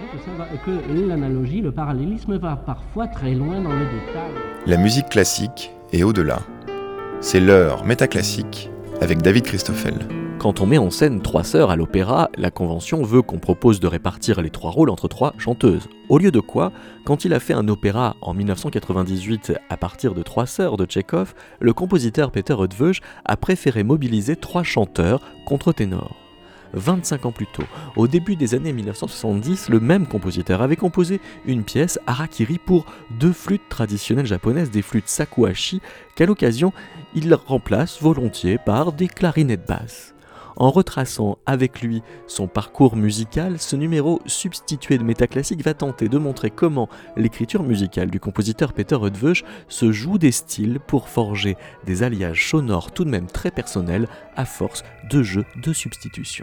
que l'analogie, le parallélisme va parfois très loin dans le détail. La musique classique et au-delà. C'est l'heure métaclassique avec David Christoffel. Quand on met en scène 3 sœurs à l'opéra, la convention veut qu'on propose de répartir les 3 rôles entre 3 chanteuses. Au lieu de quoi, quand il a fait un opéra en 1998 à partir de 3 sœurs de Tchekhov, le compositeur Peter Eötvös a préféré mobiliser 3 chanteurs contre-ténors. 25 ans plus tôt, au début des années 1970, le même compositeur avait composé une pièce, Harakiri, pour 2 flûtes traditionnelles japonaises, des flûtes shakuhachi, qu'à l'occasion, il remplace volontiers par des clarinettes basses. En retraçant avec lui son parcours musical, ce numéro substitué de métaclassique va tenter de montrer comment l'écriture musicale du compositeur Peter Eötvös se joue des styles pour forger des alliages sonores tout de même très personnels à force de jeux de substitution.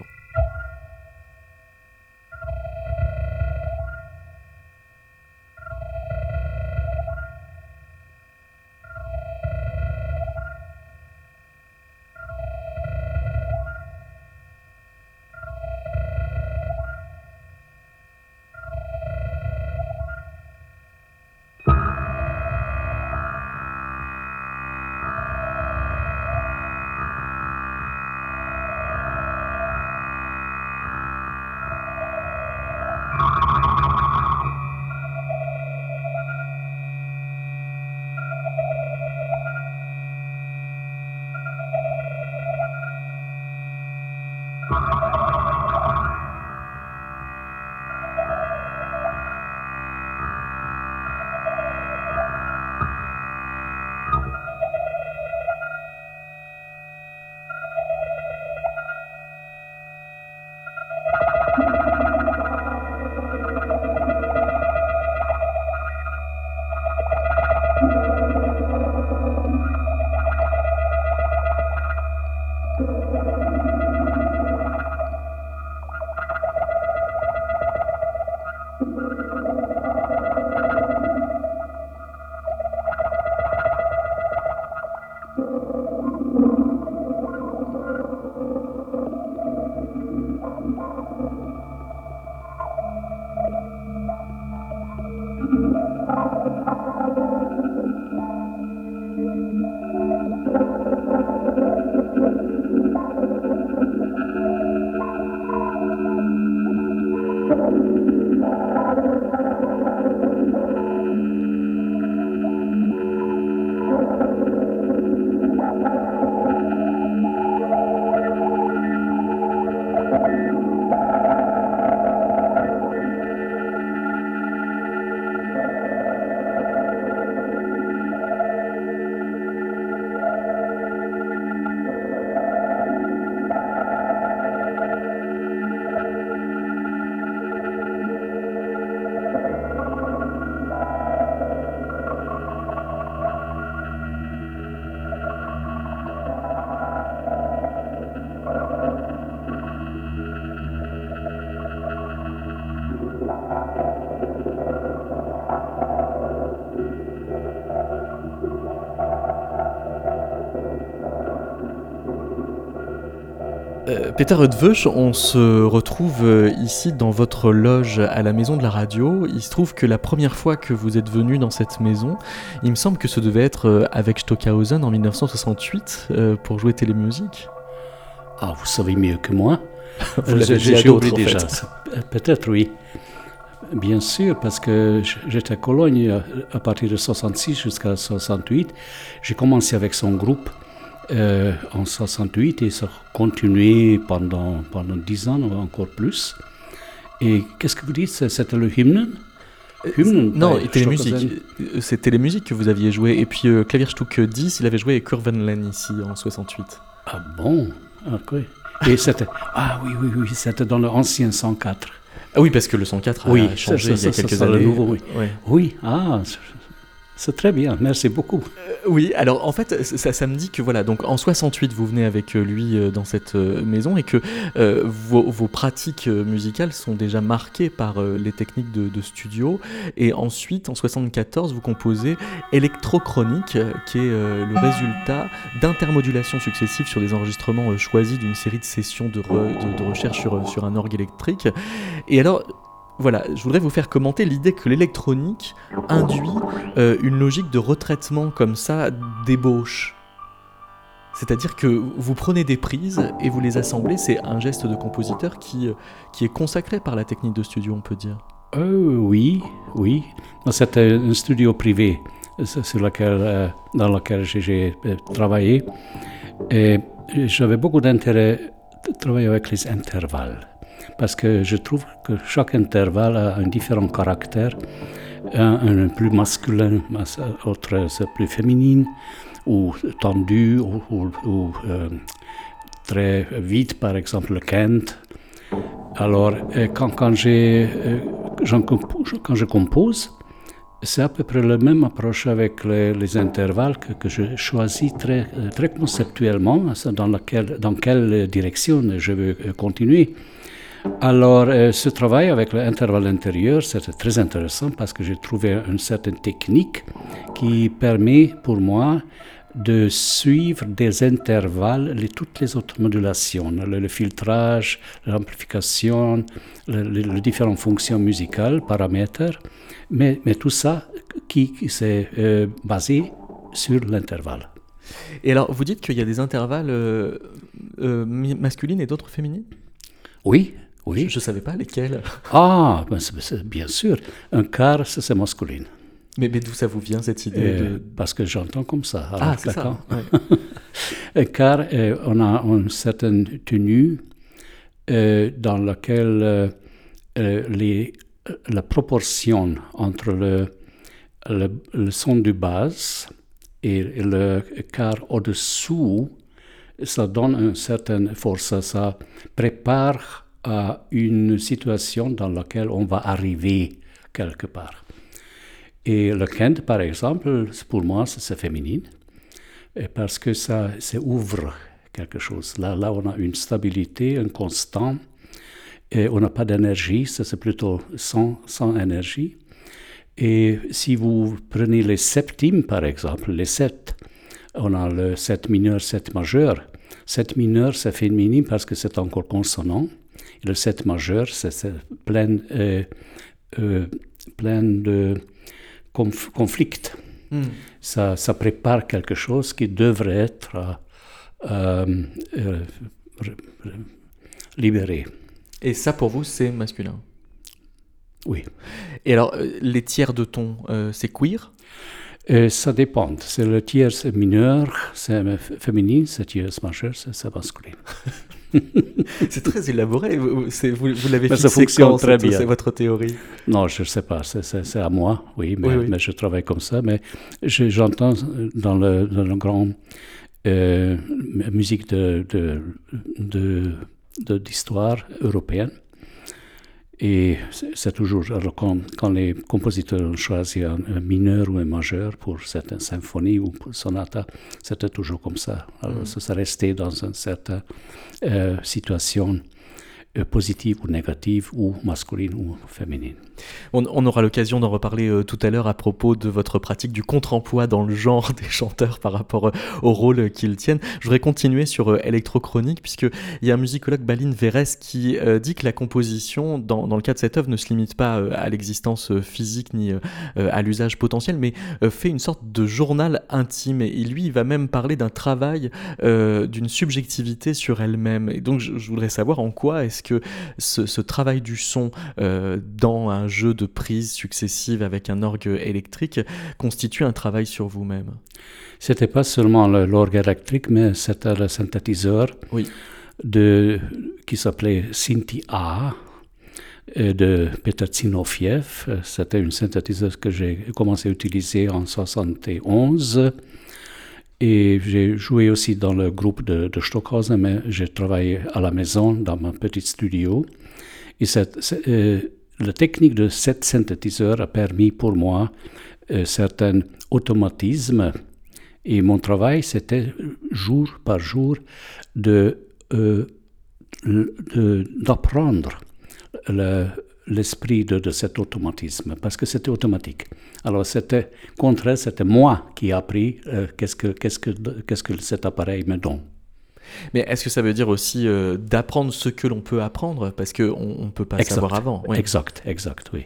Peter Eötvös, on se retrouve ici dans votre loge à la Maison de la Radio. Il se trouve que la première fois que vous êtes venu dans cette maison, il me semble que ce devait être avec Stockhausen en 1968 pour jouer Télémusique. Ah, vous savez mieux que moi. Vous l'avez dit à J'ai d'autres, oublié en déjà. fait. Peut-être oui. Bien sûr, parce que j'étais à Cologne à partir de 66 jusqu'à 68. J'ai commencé avec son groupe en 68 et ça a continué pendant 10 ans, encore plus. Et qu'est-ce que vous dites? C'était le hymne? Non, Télémusique. C'est Télémusique que vous aviez joué. Et puis Klavierstück 10, il avait joué Kurvenlen ici en 68. Ah bon? Ok. Et c'était... Ah oui, c'était dans l'ancien 104. Ah oui, parce que le 104 a changé il y a quelques années. Le nouveau, oui. Ouais. Oui, c'est très bien, merci beaucoup. Oui, alors en fait, ça me dit que voilà, donc en 68, vous venez avec lui dans cette maison et que vos pratiques musicales sont déjà marquées par les techniques de studio. Et ensuite, en 74, vous composez Electrochronique, qui est le résultat d'intermodulations successives sur des enregistrements choisis d'une série de sessions de recherche sur un orgue électrique. Et alors, voilà, je voudrais vous faire commenter l'idée que l'électronique induit une logique de retraitement comme ça d'ébauche. C'est-à-dire que vous prenez des prises et vous les assemblez, c'est un geste de compositeur qui est consacré par la technique de studio, on peut dire. Oui. C'était un studio privé dans lequel j'ai travaillé. Et j'avais beaucoup d'intérêt de travailler avec les intervalles. Parce que je trouve que chaque intervalle a un différent caractère. Un plus masculin, l'autre c'est plus féminin, ou tendu, ou très vite, par exemple le Kent. Alors, quand je compose, c'est à peu près la même approche avec les intervalles que je choisis très, très conceptuellement, dans quelle direction je veux continuer. Alors, ce travail avec l'intervalle intérieur, c'était très intéressant parce que j'ai trouvé une certaine technique qui permet pour moi de suivre des intervalles, toutes les autres modulations, le filtrage, l'amplification, les différentes fonctions musicales, paramètres, mais tout ça qui s'est basé sur l'intervalle. Et alors, vous dites qu'il y a des intervalles masculines et d'autres féminines ? Oui. Je ne savais pas lesquels. Ah, bien sûr. Un quart, c'est masculin. Mais d'où ça vous vient, cette idée Parce que j'entends comme ça. Alors, c'est ça. Ouais. Un quart, on a une certaine tenue dans laquelle la proportion entre le son du basse et le quart au-dessous, ça donne une certaine force. Ça prépare à une situation dans laquelle on va arriver quelque part. Et le Kent, par exemple, pour moi, c'est féminin, parce que ça ouvre quelque chose. Là, on a une stabilité, un constant, et on n'a pas d'énergie, c'est plutôt sans énergie. Et si vous prenez les septimes, par exemple, les sept, on a le 7 mineur, 7 majeur. 7 mineur, c'est féminin parce que c'est encore consonant. Et le 7 majeur, c'est plein de conflits. Ça prépare quelque chose qui devrait être libéré. Et ça, pour vous, c'est masculin ? Oui. Et alors, les tiers de ton, c'est queer ? Ça dépend. C'est le tierce mineur, c'est féminin, c'est tierce majeur, c'est masculin. C'est très élaboré. Vous l'avez mais fixé quand très bien. C'est votre théorie? Non, je ne sais pas. C'est à moi, oui, mais je travaille comme ça. Mais j'entends dans le grand musique d'histoire européenne. Et c'est toujours, alors quand les compositeurs ont choisi un mineur ou un majeur pour certaines symphonies ou pour sonata, c'était toujours comme ça. Alors ça restait dans une certaine situation positive ou négative, ou masculine ou féminine. On aura l'occasion d'en reparler tout à l'heure à propos de votre pratique du contre-emploi dans le genre des chanteurs par rapport au rôle qu'ils tiennent. Je voudrais continuer sur électrochronique, puisqu'il y a un musicologue, Balint Verès, qui dit que la composition, dans le cas de cette œuvre, ne se limite pas à l'existence physique ni à l'usage potentiel, mais fait une sorte de journal intime. Et lui, il va même parler d'un travail, d'une subjectivité sur elle-même. Et donc, je voudrais savoir en quoi est-ce que ce travail du son dans un jeu de prises successives avec un orgue électrique constitue un travail sur vous-même. C'était pas seulement l'orgue électrique, mais c'était le synthétiseur qui s'appelait Synthi A de Petr Zinoviev. C'était un synthétiseur que j'ai commencé à utiliser en 1971. Et j'ai joué aussi dans le groupe de Stockhausen, mais j'ai travaillé à la maison dans mon petit studio. Et la technique de cet synthétiseur a permis pour moi certains automatismes. Et mon travail, c'était jour par jour d'apprendre l'esprit de cet automatisme, parce que c'était automatique. Alors c'était moi qui ai appris qu'est-ce que cet appareil me donne. Mais est-ce que ça veut dire aussi d'apprendre ce que l'on peut apprendre, parce qu'on ne peut pas savoir avant? Oui. Exact, oui.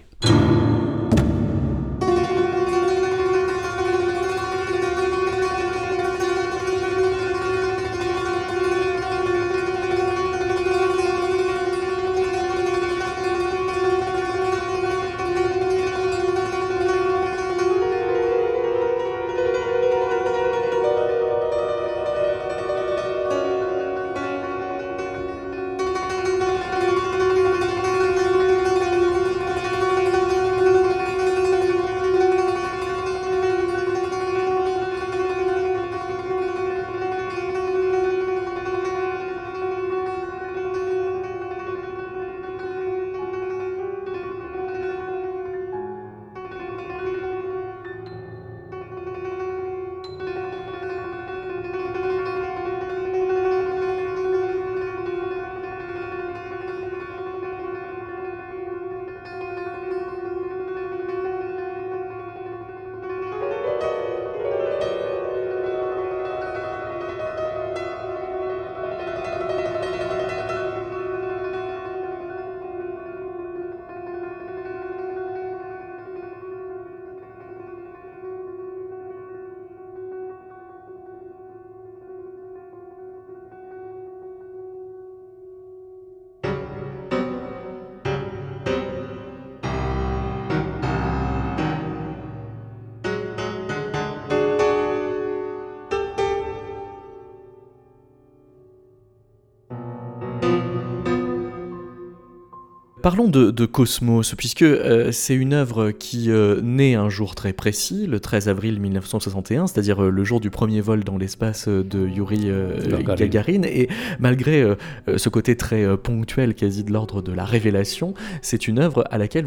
Parlons de Cosmos, puisque c'est une œuvre qui naît un jour très précis, le 13 avril 1961, c'est-à-dire le jour du premier vol dans l'espace de Yuri Gagarin, et malgré ce côté très ponctuel, quasi de l'ordre de la révélation, c'est une œuvre à laquelle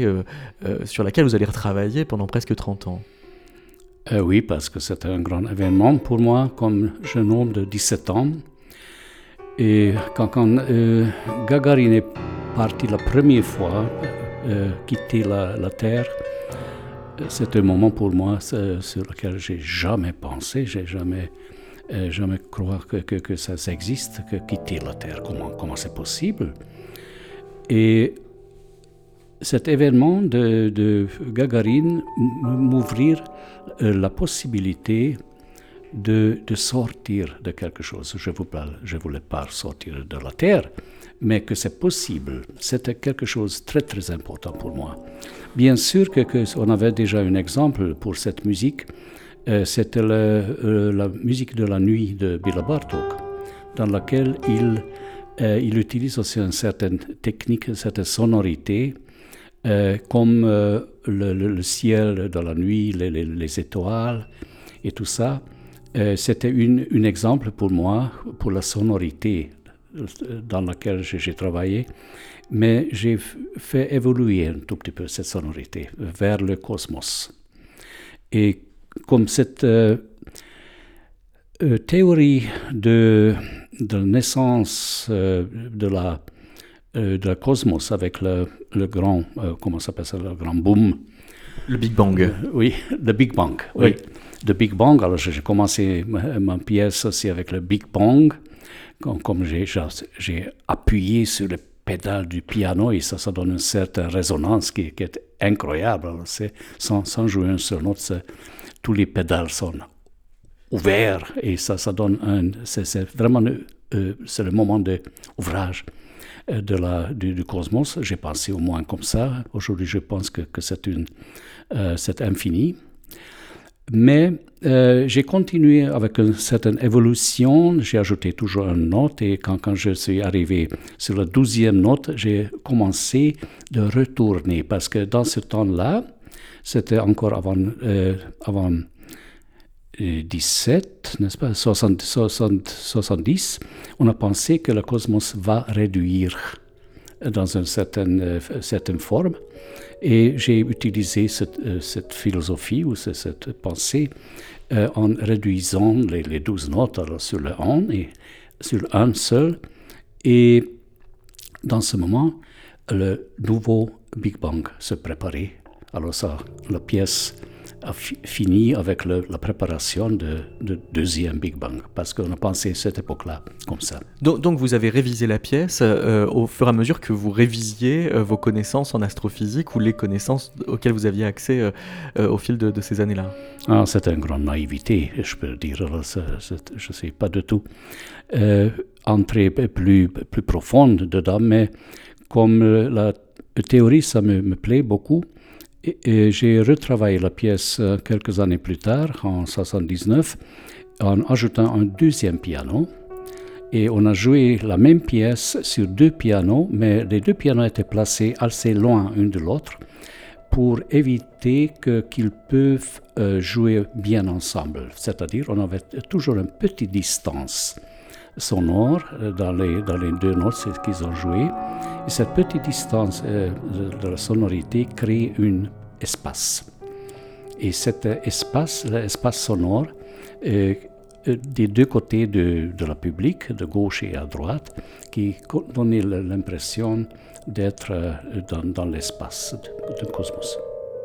sur laquelle vous allez retravailler pendant presque 30 ans. Oui, parce que c'est un grand événement pour moi, comme jeune homme de 17 ans. Et quand Gagarin est parti la première fois, quitter la Terre, c'est un moment pour moi sur lequel j'ai jamais pensé, j'ai jamais cru que ça existe, que quitter la Terre, comment c'est possible. Et cet événement de Gagarin m'ouvrir la possibilité de sortir de quelque chose. Je ne voulais pas sortir de la Terre, mais que c'est possible. C'était quelque chose de très, très important pour moi. Bien sûr qu'on avait déjà un exemple pour cette musique. C'était la musique de la nuit de Béla Bartók, dans laquelle il utilise aussi une certaine technique, une certaine sonorité, comme le ciel de la nuit, les étoiles et tout ça. C'était un exemple pour moi, pour la sonorité dans laquelle j'ai travaillé, mais j'ai fait évoluer un tout petit peu cette sonorité vers le cosmos. Et comme cette théorie de naissance de la cosmos avec le grand, comment ça s'appelle ça, le grand boom. Le Big Bang. Oui, le Big Bang, oui. Le Big Bang, alors j'ai commencé ma pièce aussi avec le Big Bang, comme j'ai appuyé sur le pédale du piano et ça donne une certaine résonance qui est incroyable. Alors sans jouer une seule note, tous les pédales sont ouverts et ça donne c'est vraiment c'est le moment d'ouvrage du cosmos. J'ai pensé au moins comme ça. Aujourd'hui, je pense que c'est infini. Mais j'ai continué avec une certaine évolution, j'ai ajouté toujours une note et quand je suis arrivé sur la 12e note, j'ai commencé de retourner parce que dans ce temps-là, c'était encore avant 17, n'est-ce pas, 70, on a pensé que le cosmos va réduire dans une certaine forme. Et j'ai utilisé cette philosophie ou cette pensée en réduisant les 12 notes alors sur le on et sur un seul. Et dans ce moment, le nouveau Big Bang se préparait. Alors la pièce a fini avec la préparation de deuxième Big Bang, parce qu'on a pensé cette époque-là comme ça. Donc vous avez révisé la pièce au fur et à mesure que vous révisiez vos connaissances en astrophysique ou les connaissances auxquelles vous aviez accès au fil de ces années-là. C'est une grande naïveté, je peux dire, je ne sais pas du tout entrer plus profonde dedans, mais comme la théorie, ça me plaît beaucoup, et j'ai retravaillé la pièce quelques années plus tard, en 1979, en ajoutant un deuxième piano. Et on a joué la même pièce sur deux pianos, mais les deux pianos étaient placés assez loin l'un de l'autre pour éviter qu'ils peuvent jouer bien ensemble. C'est-à-dire on avait toujours une petite distance sonore dans les deux notes qu'ils ont jouées. Et cette petite distance de la sonorité crée un espace. Et cet espace, l'espace sonore, des deux côtés de la public, de gauche et à droite, qui donnait l'impression d'être dans l'espace du cosmos.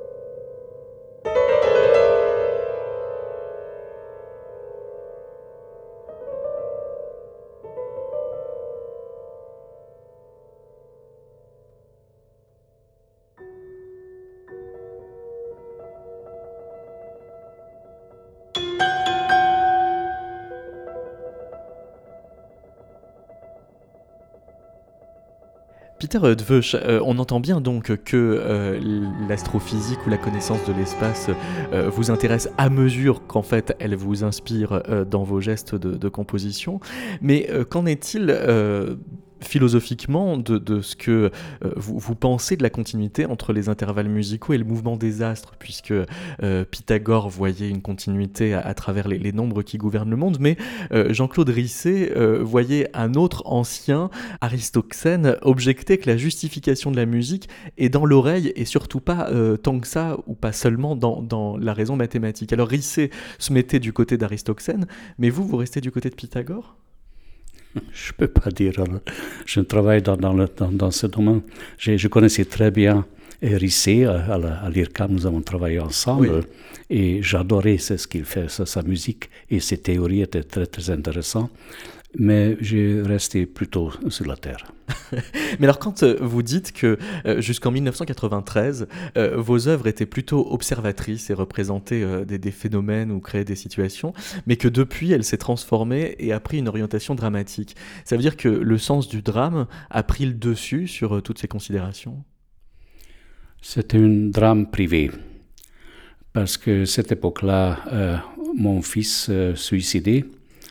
Peter Dwösch, on entend bien donc que l'astrophysique ou la connaissance de l'espace vous intéresse à mesure qu'en fait elle vous inspire dans vos gestes de composition, mais qu'en est-il philosophiquement de ce que vous pensez de la continuité entre les intervalles musicaux et le mouvement des astres, puisque Pythagore voyait une continuité à travers les nombres qui gouvernent le monde, mais Jean-Claude Risset voyait un autre ancien, Aristoxène, objecter que la justification de la musique est dans l'oreille et surtout pas tant que ça, ou pas seulement dans la raison mathématique. Alors Risset se mettait du côté d'Aristoxène, mais vous restez du côté de Pythagore ? Je ne peux pas dire. Je travaille dans ce domaine. Je connaissais très bien Risset à l'IRCAM. Nous avons travaillé ensemble. Oui. Et j'adorais ce qu'il fait, sa musique. Et ses théories étaient très, très intéressantes. Mais j'ai resté plutôt sur la Terre. Mais alors quand vous dites que jusqu'en 1993, vos œuvres étaient plutôt observatrices et représentaient des phénomènes ou créaient des situations, mais que depuis, elle s'est transformée et a pris une orientation dramatique. Ça veut dire que le sens du drame a pris le dessus sur toutes ces considérations ? C'était un drame privé. Parce que cette époque-là, mon fils suicidé.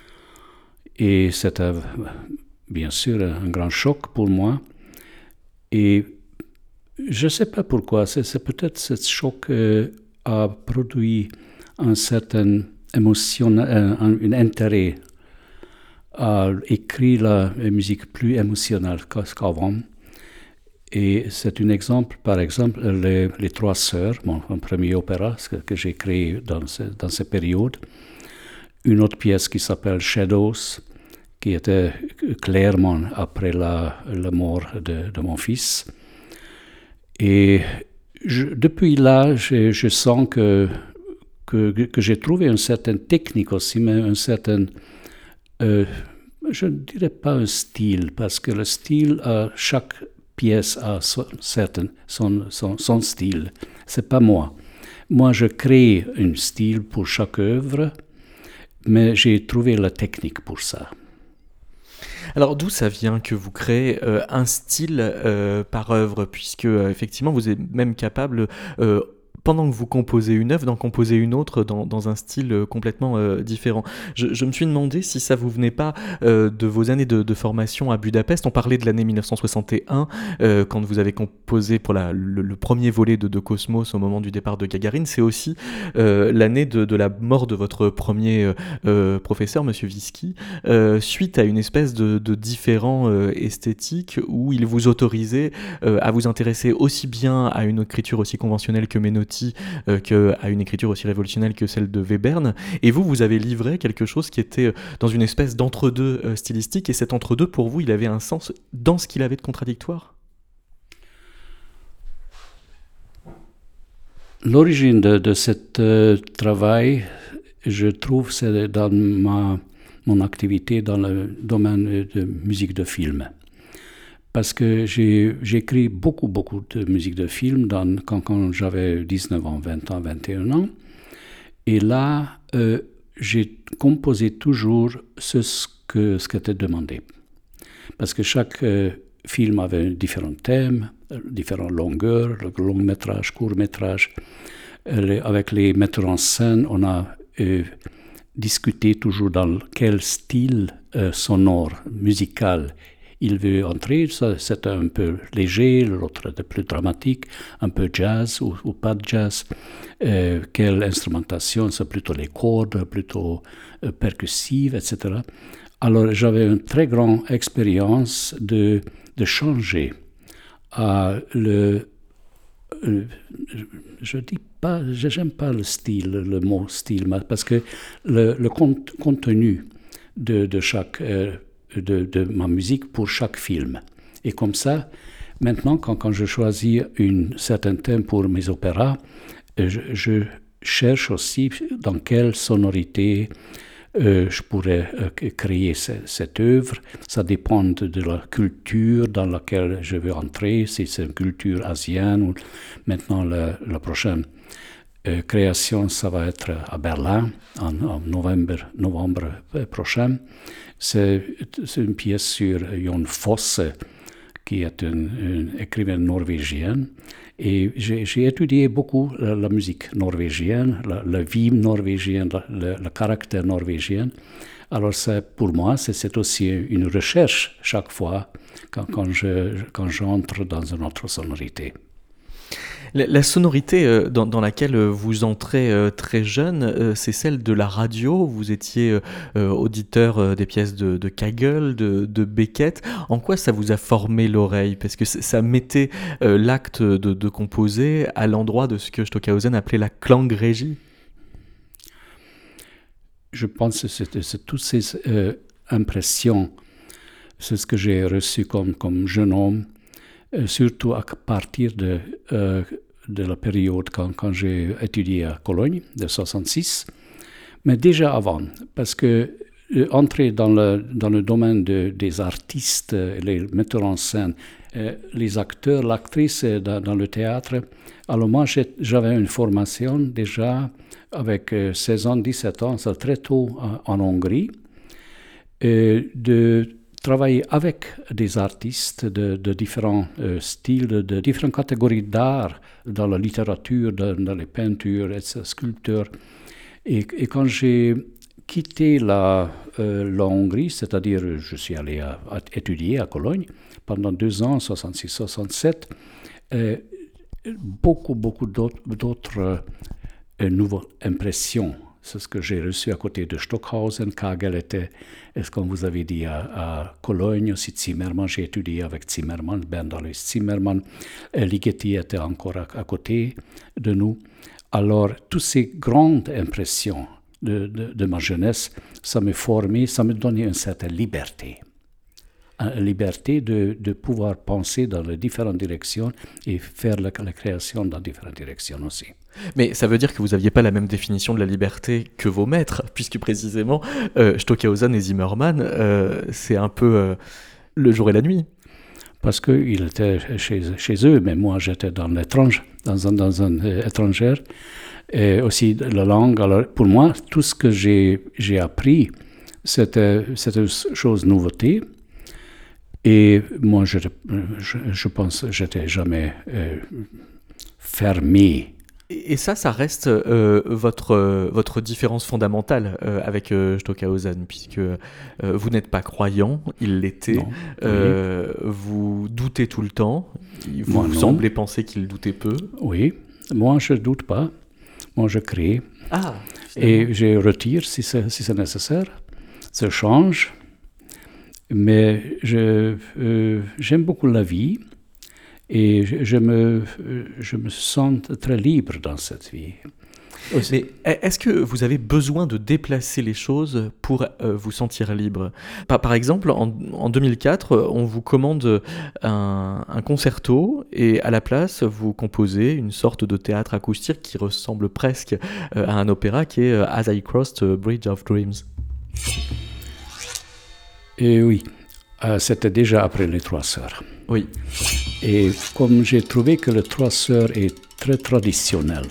Et c'était bien sûr un grand choc pour moi. Et je ne sais pas pourquoi, c'est peut-être ce choc a produit un certain un intérêt à écrire la musique plus émotionnelle qu'avant. Et c'est un exemple, par exemple, les Trois Sœurs, mon premier opéra que j'ai créé dans cette période. Une autre pièce qui s'appelle Shadows, qui était clairement après la mort de mon fils. Et depuis là, je sens que j'ai trouvé une certaine technique aussi, mais un certain, je ne dirais pas un style, parce que le style, chaque pièce a son style. C'est pas moi. Moi, je crée un style pour chaque œuvre, mais j'ai trouvé la technique pour ça. Alors d'où ça vient que vous créez un style par œuvre, puisque effectivement vous êtes même capable pendant que vous composez une œuvre, d'en composer une autre dans un style complètement différent. Je me suis demandé si ça vous venait pas de vos années de formation à Budapest. On parlait de l'année 1961, quand vous avez composé pour le premier volet de Cosmos au moment du départ de Gagarine. C'est aussi l'année de la mort de votre premier professeur, Monsieur Visky, suite à une espèce de différent esthétique où il vous autorisait à vous intéresser aussi bien à une écriture aussi conventionnelle que Menotti, qu'à une écriture aussi révolutionnelle que celle de Webern. Et vous avez livré quelque chose qui était dans une espèce d'entre-deux stylistique, et cet entre-deux, pour vous, il avait un sens dans ce qu'il avait de contradictoire ? L'origine de ce travail, je trouve, c'est dans mon activité dans le domaine de musique de film. Parce que j'ai écrit beaucoup de musique de film quand j'avais 19 ans, 20 ans, 21 ans. Et là, j'ai composé toujours ce qui était demandé. Parce que chaque film avait différents thèmes, différentes longueurs, long métrage, court métrage. Avec les metteurs en scène, on a discuté toujours dans quel style sonore, musical il veut entrer. Ça, c'était un peu léger, l'autre était plus dramatique, un peu jazz ou pas de jazz. Quelle instrumentation, c'est plutôt les cordes, plutôt percussive, etc. Alors j'avais une très grande expérience de changer j'aime pas le style, le mot style, parce que le contenu de chaque de ma musique pour chaque film. Et comme ça, maintenant, quand je choisis un certain thème pour mes opéras, je cherche aussi dans quelle sonorité je pourrais créer cette œuvre. Ça dépend de la culture dans laquelle je veux entrer, si c'est une culture asienne ou maintenant la prochaine création, ça va être à Berlin en novembre prochain. C'est une pièce sur Jon Fosse, qui est une écrivaine norvégienne. Et j'ai étudié beaucoup la musique norvégienne, la vie norvégienne, le caractère norvégien. Alors pour moi, c'est aussi une recherche chaque fois quand j'entre dans une autre sonorité. La sonorité dans laquelle vous entrez très jeune, c'est celle de la radio. Vous étiez auditeur des pièces de Kagel, de Beckett. En quoi ça vous a formé l'oreille ? Parce que ça mettait l'acte de composer à l'endroit de ce que Stockhausen appelait la klangregie. Je pense que c'est toutes ces impressions, c'est ce que j'ai reçu comme jeune homme, surtout à partir de la période quand j'ai étudié à Cologne, de 1966, mais déjà avant, parce que entrer dans le domaine des artistes, les metteurs en scène, les acteurs, l'actrice dans le théâtre, alors moi j'avais une formation déjà avec 16 ans, 17 ans, c'est très tôt en Hongrie, de travailler avec des artistes de différents styles, de différentes catégories d'art, dans la littérature, dans les peintures, les sculpteurs. Et quand j'ai quitté la Hongrie, c'est-à-dire je suis allé étudier à Cologne pendant 2 ans, 66-67, beaucoup d'autres nouvelles impressions. C'est ce que j'ai reçu à côté de Stockhausen. Kagel était, comme vous avez dit, à Cologne, aussi Zimmermann. J'ai étudié avec Zimmermann, Bernd Alois Zimmermann. Ligeti était encore à côté de nous. Alors, toutes ces grandes impressions de ma jeunesse, ça me formait, ça me donnait une certaine liberté. Une liberté de pouvoir penser dans les différentes directions et faire la création dans différentes directions aussi. Mais ça veut dire que vous n'aviez pas la même définition de la liberté que vos maîtres, puisque précisément Stockhausen et Zimmermann, c'est un peu le jour et la nuit. Parce qu'ils étaient chez eux, mais moi j'étais dans l'étrange, dans un étranger, et aussi la langue. Alors pour moi, tout ce que j'ai appris, c'était une chose nouveauté. Et moi, je pense que je n'étais jamais fermé. Et ça reste votre différence fondamentale avec Stockhausen, puisque vous n'êtes pas croyant, il l'était. Non, oui. Vous doutez tout le temps. Vous semblez penser qu'il doutait peu. Oui, moi je ne doute pas. Moi je crée. Ah, et je retire si c'est nécessaire. Je change. Mais j'aime beaucoup la vie et je me sens très libre dans cette vie. Mais est-ce que vous avez besoin de déplacer les choses pour vous sentir libre ? Par exemple, en 2004, on vous commande un concerto et à la place, vous composez une sorte de théâtre acoustique qui ressemble presque à un opéra qui est As I Crossed a Bridge of Dreams. Et oui, c'était déjà après les Trois Sœurs. Oui. Et comme j'ai trouvé que les Trois Sœurs est très traditionnel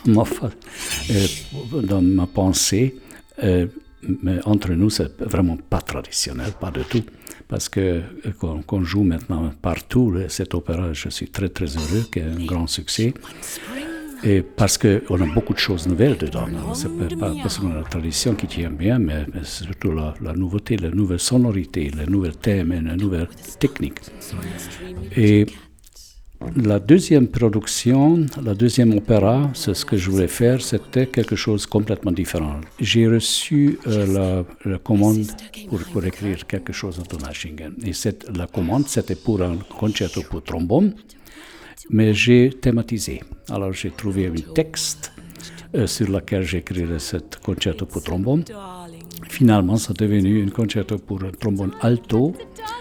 dans ma pensée, mais entre nous, c'est vraiment pas traditionnel, pas du tout. Parce que qu'on joue maintenant partout cet opéra, je suis très très heureux qu'il y ait un grand succès. Et parce qu'on a beaucoup de choses nouvelles dedans. C'est pas seulement la tradition qui tient bien, mais surtout la nouveauté, la nouvelle sonorité, les nouveaux thèmes et les nouvelles techniques. Et la deuxième production, la deuxième opéra, c'est ce que je voulais faire, c'était quelque chose de complètement différent. J'ai reçu la commande pour écrire quelque chose en Donaueschingen. Et la commande, c'était pour un concerto pour trombone, mais j'ai thématisé. Alors j'ai trouvé un texte sur lequel j'écrirais ce concerto pour trombone. Finalement, c'est devenu un concerto pour un trombone alto,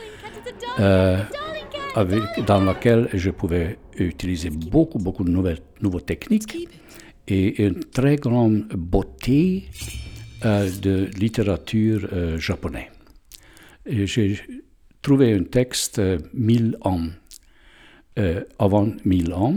dans laquelle je pouvais utiliser beaucoup de nouvelles techniques et une très grande beauté de littérature japonaise. Et j'ai trouvé un texte 1000 ans, avant 1000 ans.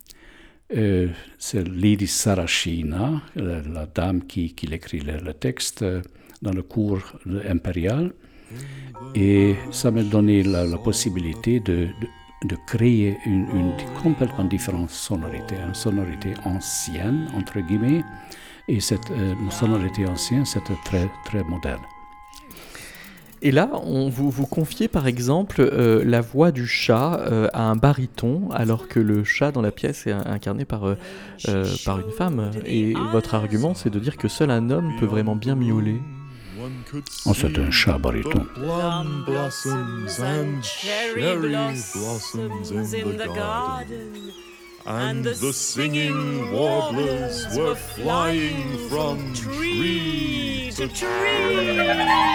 C'est Lady Sarashina, la dame qui écrit le texte dans le cours impérial. Et ça m'a donné la possibilité de créer une complètement différente sonorité, une sonorité ancienne, entre guillemets, et cette sonorité ancienne, c'était très, très moderne. Et là, vous confiez par exemple la voix du chat à un baryton, alors que le chat dans la pièce est incarné par une femme. Et votre argument, c'est de dire que seul un homme peut vraiment bien miauler. C'est un chat baryton. Plum blossoms and cherry blossoms in the garden, and the singing warblers were flying from tree to tree.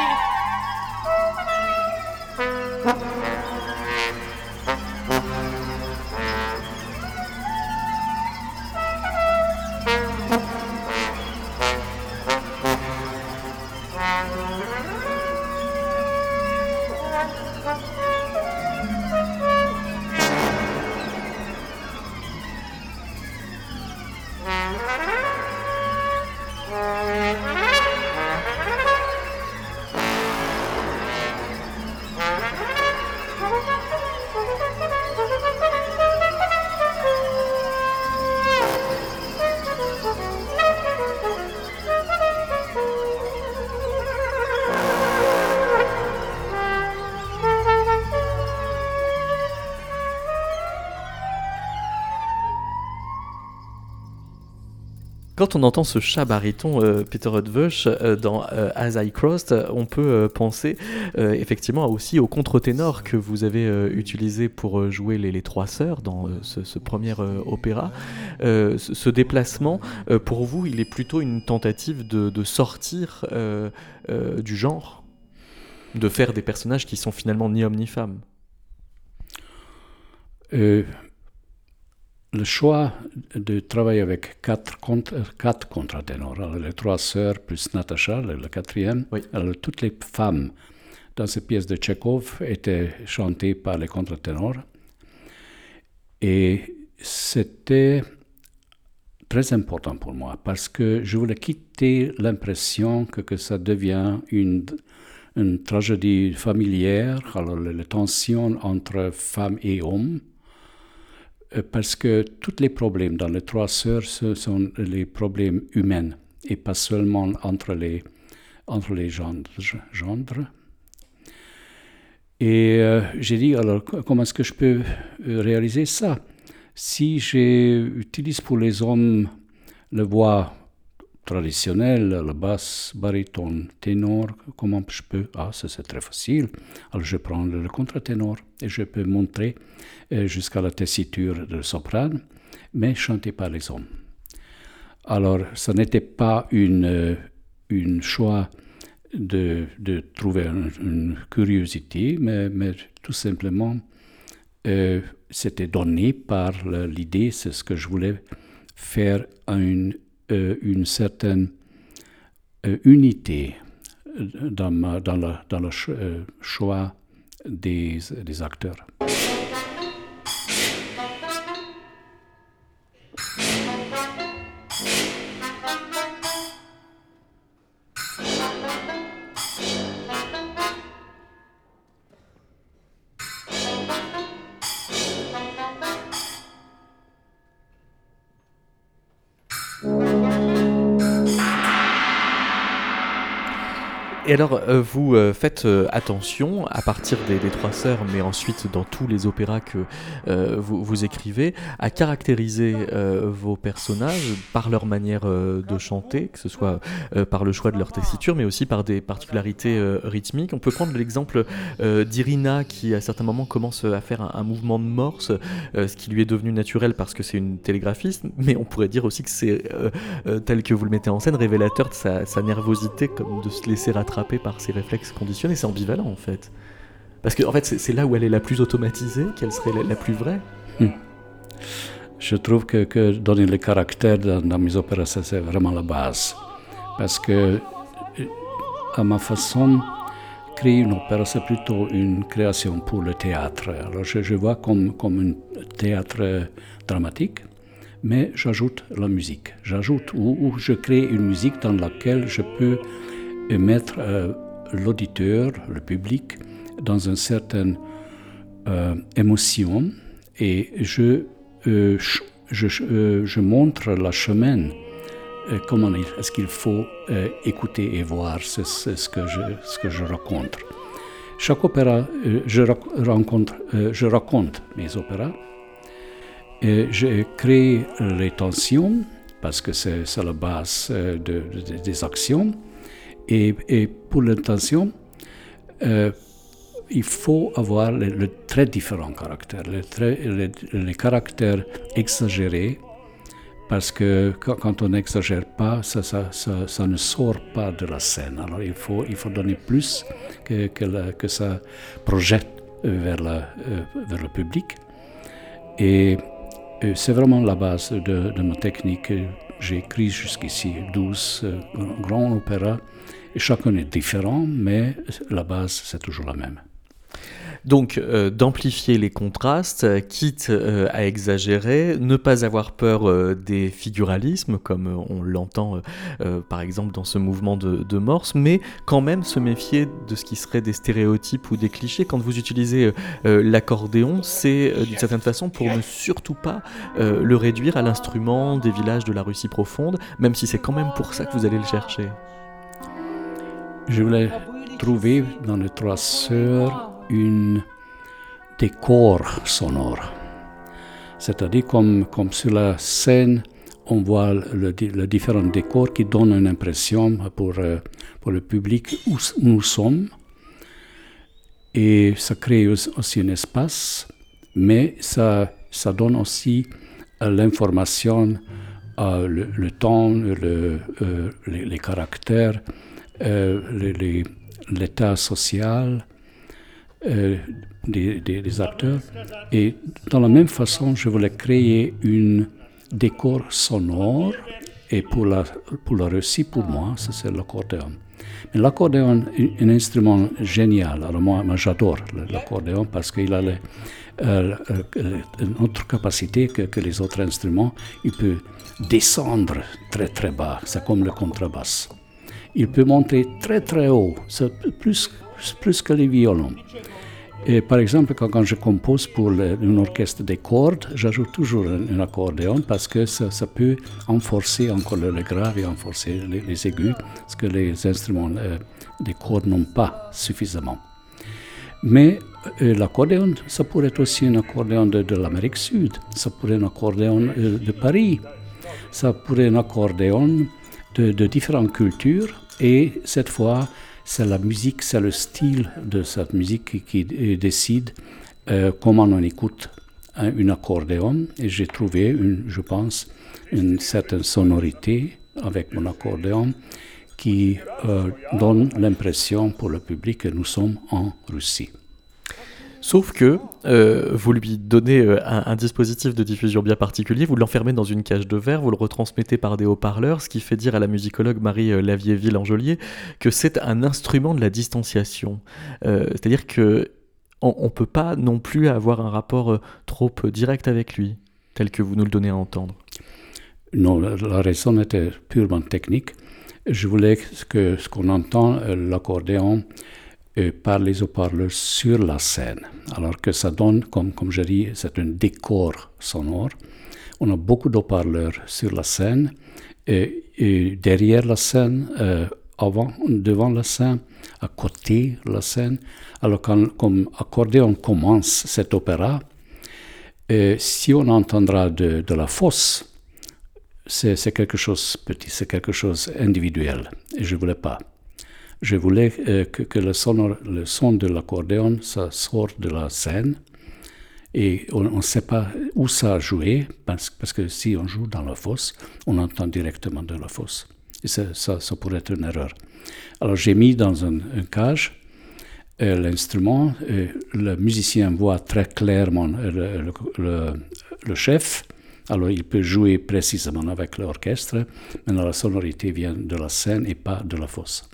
Quand on entend ce chat baryton, Peter Rotwösch, dans As I Crossed, on peut penser effectivement aussi au contre-ténor que vous avez utilisé pour jouer les Trois Sœurs dans ce premier opéra. Ce déplacement, pour vous, il est plutôt une tentative de sortir du genre, de faire des personnages qui sont finalement ni hommes ni femmes. Le choix de travailler avec quatre contre-ténors, alors les Trois Sœurs plus Natacha, le quatrième, oui. Alors toutes les femmes dans cette pièce de Tchekhov étaient chantées par les contre-ténors. Et c'était très important pour moi parce que je voulais quitter l'impression que ça devient une tragédie familière, alors les tensions entre femmes et hommes. Parce que tous les problèmes dans les Trois Sœurs, ce sont les problèmes humains et pas seulement entre les gendres. Et j'ai dit, alors comment est-ce que je peux réaliser ça? Si j'utilise pour les hommes la voix traditionnelle, la basse, baryton, ténor, comment je peux? Ça c'est très facile. Alors je prends le contre-ténor et je peux montrer jusqu'à la tessiture de soprane, mais chanté par les hommes. Alors, ce n'était pas une choix de trouver une curiosité, mais tout simplement, c'était donné par l'idée, c'est ce que je voulais faire une certaine unité dans le choix des acteurs. Et alors, vous faites attention, à partir des Trois Sœurs, mais ensuite dans tous les opéras que vous écrivez, à caractériser vos personnages par leur manière de chanter, que ce soit par le choix de leur tessiture, mais aussi par des particularités rythmiques. On peut prendre l'exemple d'Irina, qui à certains moments commence à faire un mouvement de morse, ce qui lui est devenu naturel parce que c'est une télégraphiste, mais on pourrait dire aussi que c'est, tel que vous le mettez en scène, révélateur de sa nervosité, comme de se laisser rattraper par ses réflexes conditionnés. C'est ambivalent en fait, parce que en fait c'est là où elle est la plus automatisée qu'elle serait la plus vraie. Je trouve que donner le caractère dans mes opéras, c'est vraiment la base, parce que à ma façon, créer une opéra, c'est plutôt une création pour le théâtre. Alors je vois comme un théâtre dramatique, mais j'ajoute la musique. Ou je crée une musique dans laquelle je peux mettre l'auditeur, le public, dans une certaine émotion, et je montre la chemin, comment est-ce qu'il faut écouter et voir ce que je raconte. Chaque opéra, je raconte mes opéras, et je crée les tensions, parce que c'est la base des actions. Et pour l'intention, il faut avoir les très différents caractères, les caractères exagérés, parce que quand on n'exagère pas, ça ne sort pas de la scène. Alors il faut donner plus que ça projette vers le public. Et c'est vraiment la base de ma technique. J'ai écrit jusqu'ici 12 grands opéras. Chacun est différent, mais la base, c'est toujours la même. Donc, d'amplifier les contrastes, quitte à exagérer, ne pas avoir peur des figuralismes, comme on l'entend par exemple dans ce mouvement de morse, mais quand même se méfier de ce qui serait des stéréotypes ou des clichés. Quand vous utilisez l'accordéon, c'est d'une certaine façon pour ne surtout pas le réduire à l'instrument des villages de la Russie profonde, même si c'est quand même pour ça que vous allez le chercher. Je voulais trouver dans les Trois Sœurs un décor sonore. C'est-à-dire comme sur la scène, on voit le différent décor qui donne une impression pour le public où nous sommes. Et ça crée aussi un espace, mais ça donne aussi l'information, le temps, les caractères, l'état social des acteurs. Et dans la même façon, je voulais créer un décor sonore, et pour la Russie, pour moi, c'est l'accordéon. Mais l'accordéon est un instrument génial. Alors moi j'adore l'accordéon parce qu'il a une autre capacité que les autres instruments. Il peut descendre très très bas, c'est comme le contrebasse. Il peut monter très très haut, c'est plus que les violons. Et par exemple, quand je compose pour un orchestre de cordes, j'ajoute toujours un accordéon parce que ça peut renforcer encore le grave et renforcer les aigus, ce que les instruments de cordes n'ont pas suffisamment. Mais l'accordéon, ça pourrait être aussi un accordéon de l'Amérique Sud, ça pourrait être un accordéon de Paris, ça pourrait être un accordéon de différentes cultures, et cette fois, c'est la musique, c'est le style de cette musique qui décide comment on écoute un accordéon et j'ai trouvé, je pense, une certaine sonorité avec mon accordéon qui donne l'impression pour le public que nous sommes en Russie. Sauf que vous lui donnez un dispositif de diffusion bien particulier, vous l'enfermez dans une cage de verre, vous le retransmettez par des haut-parleurs, ce qui fait dire à la musicologue Marie Lavieille-Angelier que c'est un instrument de la distanciation. C'est-à-dire que on ne peut pas non plus avoir un rapport trop direct avec lui, tel que vous nous le donnez à entendre. Non, la raison était purement technique. Je voulais que ce qu'on entend, l'accordéon, par les haut-parleurs sur la scène. Alors que ça donne, comme je dis, c'est un décor sonore. On a beaucoup d'haut-parleurs sur la scène, et derrière la scène, devant la scène, à côté de la scène. Alors comme accordéon commence cet opéra, si on entendra de la fosse, c'est quelque chose de petit, c'est quelque chose d'individuel. Et je ne voulais pas. Je voulais que le son de l'accordéon, ça sorte de la scène. Et on ne sait pas où ça a joué, parce que si on joue dans la fosse, on entend directement de la fosse. Et ça pourrait être une erreur. Alors j'ai mis dans une cage l'instrument. Le musicien voit très clairement le chef. Alors il peut jouer précisément avec l'orchestre. Maintenant la sonorité vient de la scène et pas de la fosse.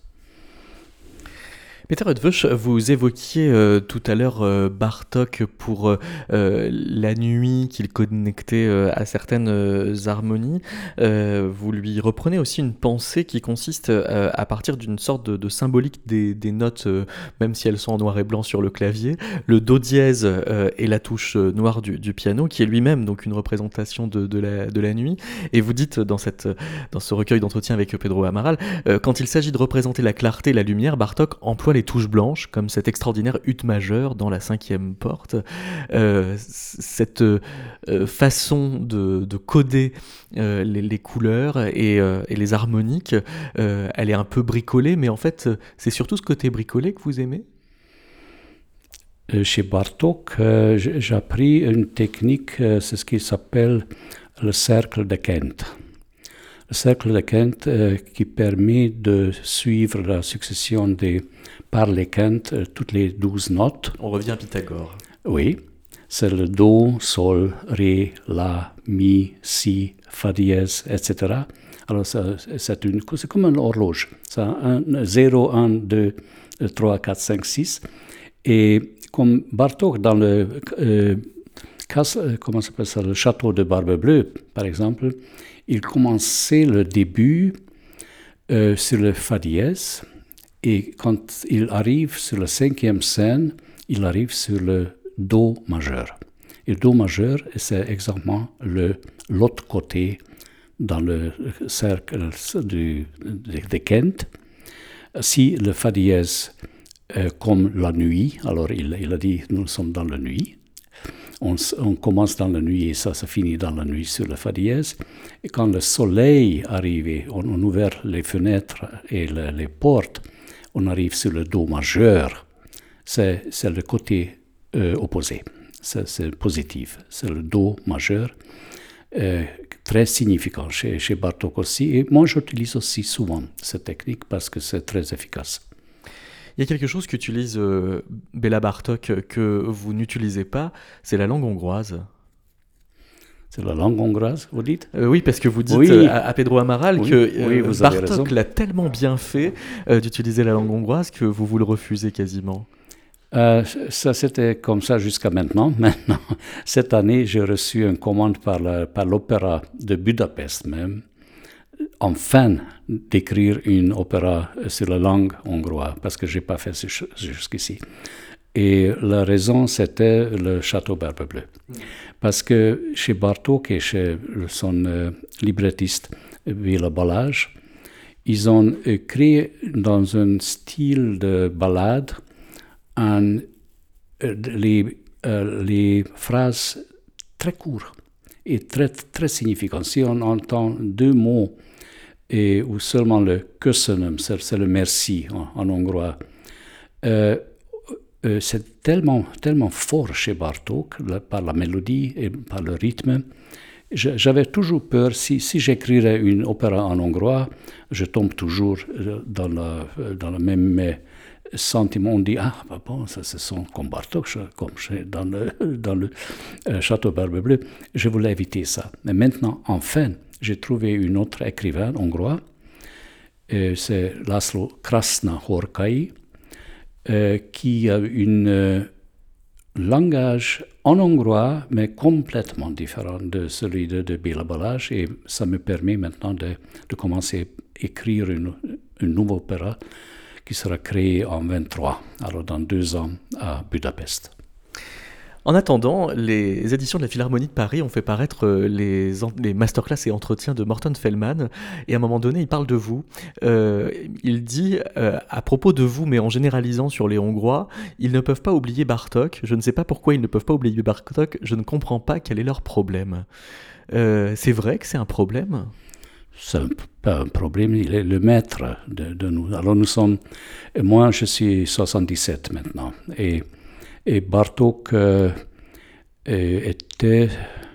Peter Eötvös, vous évoquiez tout à l'heure Bartók pour la nuit qu'il connectait à certaines harmonies. Vous lui reprenez aussi une pensée qui consiste à partir d'une sorte de symbolique des notes, même si elles sont en noir et blanc sur le clavier, le do dièse et la touche noire du piano, qui est lui-même donc une représentation de la nuit. Et vous dites dans ce recueil d'entretien avec Pedro Amaral, quand il s'agit de représenter la clarté et la lumière, Bartók emploie les touches blanches, comme cette extraordinaire ut majeure dans la 5e porte. Cette façon de coder les couleurs et les harmoniques, elle est un peu bricolée, mais en fait, c'est surtout ce côté bricolé que vous aimez ? Chez Bartók, j'ai appris une technique, c'est ce qui s'appelle le cercle de Kent. Le cercle de Kent qui permet de suivre la succession par les Kent, toutes les 12 notes. On revient à Pythagore. Oui, c'est le Do, Sol, Ré, La, Mi, Si, Fa dièse, etc. Alors c'est comme une horloge. Ça, 0, 1, 2, 3, 4, 5, 6. Et comme Bartók dans le château de Barbe Bleue, par exemple, il commençait le début sur le Fa dièse, et quand il arrive sur la 5e scène, il arrive sur le Do majeur. Et le Do majeur, c'est exactement l'autre côté dans le cercle de Kent. Si le Fa dièse, comme la nuit, alors il a dit nous sommes dans la nuit. On commence dans la nuit et ça se finit dans la nuit sur le Fa dièse. Et quand le soleil arrive, on ouvre les fenêtres et les portes, on arrive sur le Do majeur. C'est le côté opposé, c'est positif. C'est le Do majeur, très significant chez Bartók aussi. Et moi, j'utilise aussi souvent cette technique parce que c'est très efficace. Il y a quelque chose qu'utilise Béla Bartók que vous n'utilisez pas, c'est la langue hongroise. C'est la langue hongroise, vous dites ? Oui, parce que vous dites à Pedro Amaral que Bartók l'a tellement bien fait d'utiliser la langue hongroise que vous le refusez quasiment. Ça, c'était comme ça jusqu'à maintenant. Maintenant, cette année, j'ai reçu une commande par l'opéra de Budapest même, enfin d'écrire une opéra sur la langue hongroise, parce que je n'ai pas fait ça jusqu'ici. Et la raison, c'était le Château Barbe Bleue. Parce que chez Bartók et chez son librettiste Béla Balázs, ils ont créé dans un style de ballade les phrases très courtes et très, très significantes. Si on entend 2 mots ou seulement le köszönöm, c'est le merci en hongrois, c'est tellement fort chez Bartók, par la mélodie et par le rythme. J'avais toujours peur, si j'écrirais une opéra en hongrois, je tombe toujours dans le même sentiment. On dit, bon, ça se sent comme Bartók, comme dans le Château Barbe Bleue. Je voulais éviter ça. Mais maintenant, enfin, j'ai trouvé un autre écrivain hongrois, c'est László Krasznahorkai, qui a un langage en hongrois, mais complètement différent de celui de Béla Balázs, et ça me permet maintenant de commencer à écrire un nouveau opéra qui sera créé en 23, alors dans 2 ans à Budapest. En attendant, les éditions de la Philharmonie de Paris ont fait paraître les masterclass et entretiens de Morton Feldman, et à un moment donné, il parle de vous. Il dit, à propos de vous, mais en généralisant sur les Hongrois, ils ne peuvent pas oublier Bartók. Je ne sais pas pourquoi ils ne peuvent pas oublier Bartók. Je ne comprends pas quel est leur problème. C'est vrai que c'est un problème ? C'est pas un problème, il est le maître de nous. Alors moi je suis 77 maintenant, et Bartók était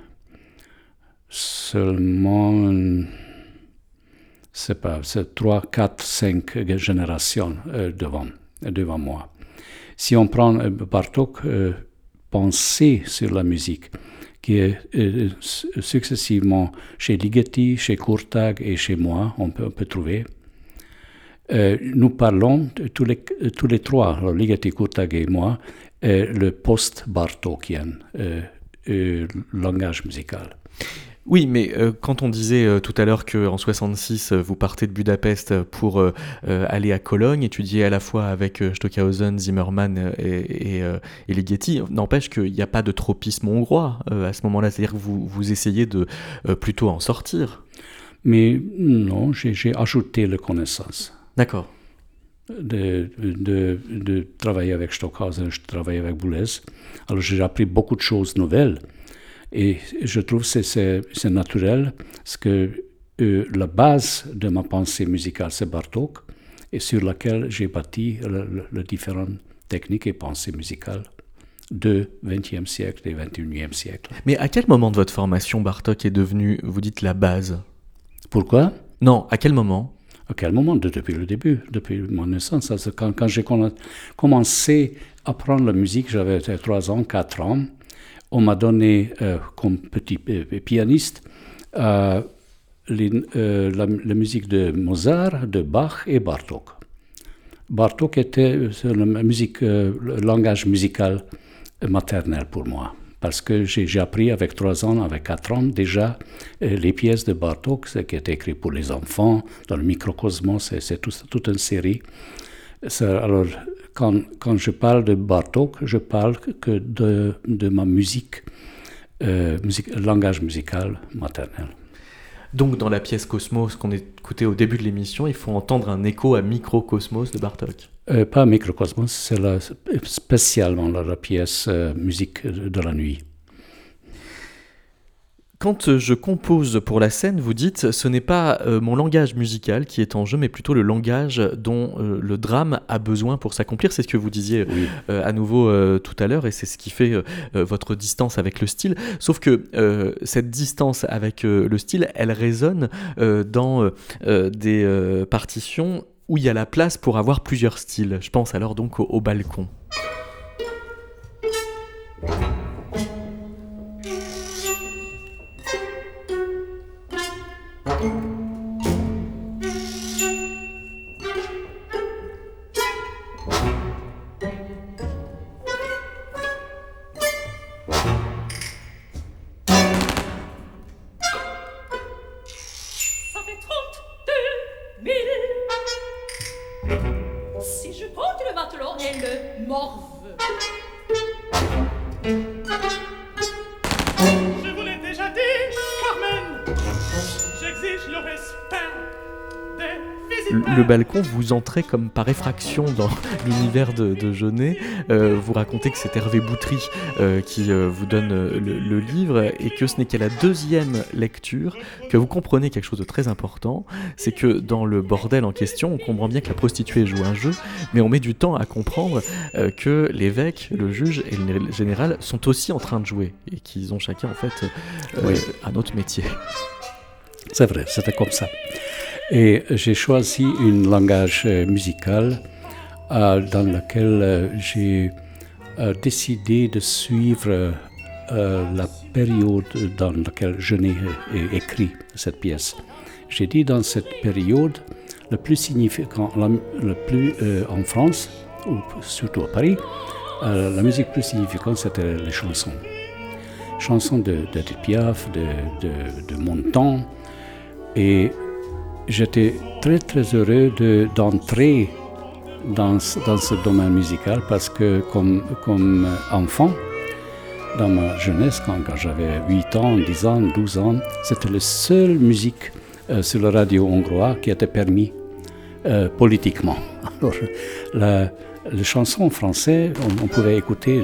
seulement, c'est 3, 4, 5 générations devant moi. Si on prend Bartók, penser sur la musique, qui est successivement chez Ligeti, chez Kurtág et chez moi, on peut trouver. Nous parlons, tous les 3, alors Ligeti, Kurtág et moi, le post-bartókien langage musical. Oui, mais quand on disait tout à l'heure qu'en 66, vous partez de Budapest pour aller à Cologne, étudier à la fois avec Stockhausen, Zimmermann et Ligeti, n'empêche qu'il n'y a pas de tropisme hongrois à ce moment-là, c'est-à-dire que vous essayez de plutôt en sortir. Mais non, j'ai ajouté la connaissance. D'accord. De travailler avec Stockhausen, je travaille avec Boulez. Alors j'ai appris beaucoup de choses nouvelles. Et je trouve que c'est naturel, parce que la base de ma pensée musicale, c'est Bartók, et sur laquelle j'ai bâti les différentes techniques et pensées musicales du XXe siècle et XXIe siècle. Mais à quel moment de votre formation Bartók est devenu, vous dites, la base ? Pourquoi ? Non, à quel moment ? À quel moment ? Depuis le début, depuis mon naissance. Quand j'ai commencé à apprendre la musique, j'avais 3 ans, 4 ans. On m'a donné, comme petit pianiste, la musique de Mozart, de Bach et Bartók. Bartók était le langage musical maternel pour moi, parce que j'ai appris avec 3 ans, avec 4 ans déjà, les pièces de Bartók, ce qui est écrit pour les enfants, dans le microcosmos, c'est toute une série. Alors, quand je parle de Bartók, je parle que de ma musique, langage musical maternel. Donc dans la pièce Cosmos qu'on écoutait au début de l'émission, il faut entendre un écho à Microcosmos de Bartók. Pas Microcosmos, c'est spécialement la pièce musique de la nuit. Quand je compose pour la scène, vous dites, ce n'est pas mon langage musical qui est en jeu, mais plutôt le langage dont le drame a besoin pour s'accomplir. C'est ce que vous disiez à nouveau tout à l'heure, et c'est ce qui fait votre distance avec le style. Sauf que cette distance avec le style, elle résonne dans des partitions où il y a la place pour avoir plusieurs styles. Je pense alors donc au balcon. Si je compte le matelot et le morveux. Je vous l'ai déjà dit, Carmen, j'exige le respect des physiques. le balcon, vous entrez comme par effraction dans l'univers de Jeunet. Vous racontez que c'est Hervé Boutry qui vous donne le livre et que ce n'est qu'à la deuxième lecture que vous comprenez quelque chose de très important, c'est que dans le bordel en question, on comprend bien que la prostituée joue un jeu, mais on met du temps à comprendre que l'évêque, le juge et le général sont aussi en train de jouer et qu'ils ont chacun en fait un autre métier. C'est vrai, c'était comme ça. Et j'ai choisi un langage musical dans lequel j'ai décidé de suivre la période dans laquelle Jeunet a écrit cette pièce. J'ai dit dans cette période, le plus significant, en France, ou surtout à Paris, la musique plus significante, c'était les chansons. Chansons d'Edith Piaf, de Montand. Et j'étais très très heureux d'entrer dans ce domaine musical parce que comme enfant, dans ma jeunesse, quand j'avais 8 ans, 10 ans, 12 ans, c'était la seule musique sur la radio hongroise qui était permis politiquement. Alors, les chansons françaises, on pouvait écouter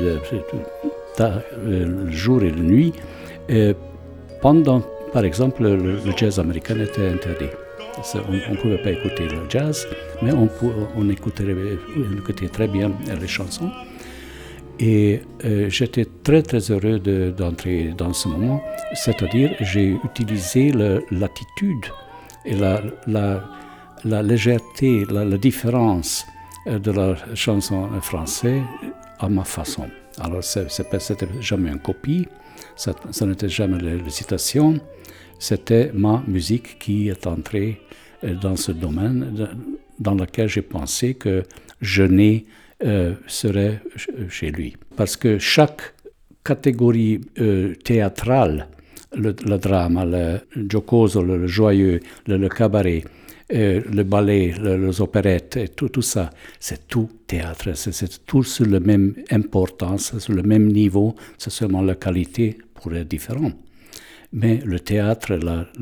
le jour et la nuit. Pendant, par exemple, le jazz américain était interdit. On ne pouvait pas écouter le jazz, mais on écoutait très bien les chansons. Et j'étais très très heureux d'entrer dans ce moment, c'est-à-dire j'ai utilisé l'attitude et la légèreté, la différence de la chanson française à ma façon. Alors c'était jamais une copie, ça n'était jamais la citation, c'était ma musique qui est entrée dans ce domaine dans lequel j'ai pensé que Jeunet serait chez lui. Parce que chaque catégorie théâtrale, le drame, le jocoso, le joyeux, le cabaret, le ballet, les opérettes, et tout ça, c'est tout théâtre, c'est tout sur la même importance, sur le même niveau, c'est seulement la qualité pourrait être différente. Mais le théâtre,